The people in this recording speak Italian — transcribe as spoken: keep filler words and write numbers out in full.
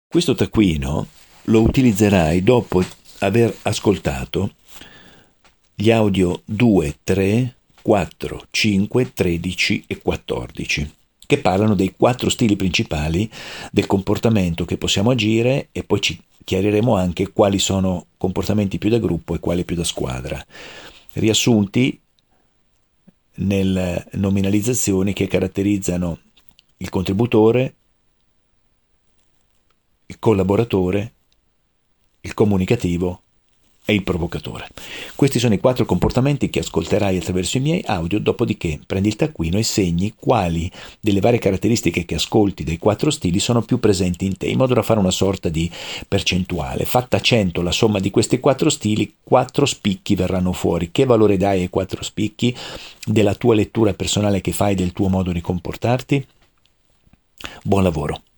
Questo taccuino lo utilizzerai dopo aver ascoltato gli audio due, tre, quattro, cinque, tredici e quattordici, che parlano dei quattro stili principali del comportamento che possiamo agire, e poi ci chiariremo anche quali sono comportamenti più da gruppo e quali più da squadra, riassunti nelle nominalizzazioni che caratterizzano il contributore, il collaboratore, il comunicativo e il provocatore. Questi sono i quattro comportamenti che ascolterai attraverso i miei audio, dopodiché prendi il taccuino e segni quali delle varie caratteristiche che ascolti dei quattro stili sono più presenti in te, in modo da fare una sorta di percentuale. Fatta cento la somma di questi quattro stili, quattro spicchi verranno fuori. Che valore dai ai quattro spicchi della tua lettura personale che fai del tuo modo di comportarti? Buon lavoro!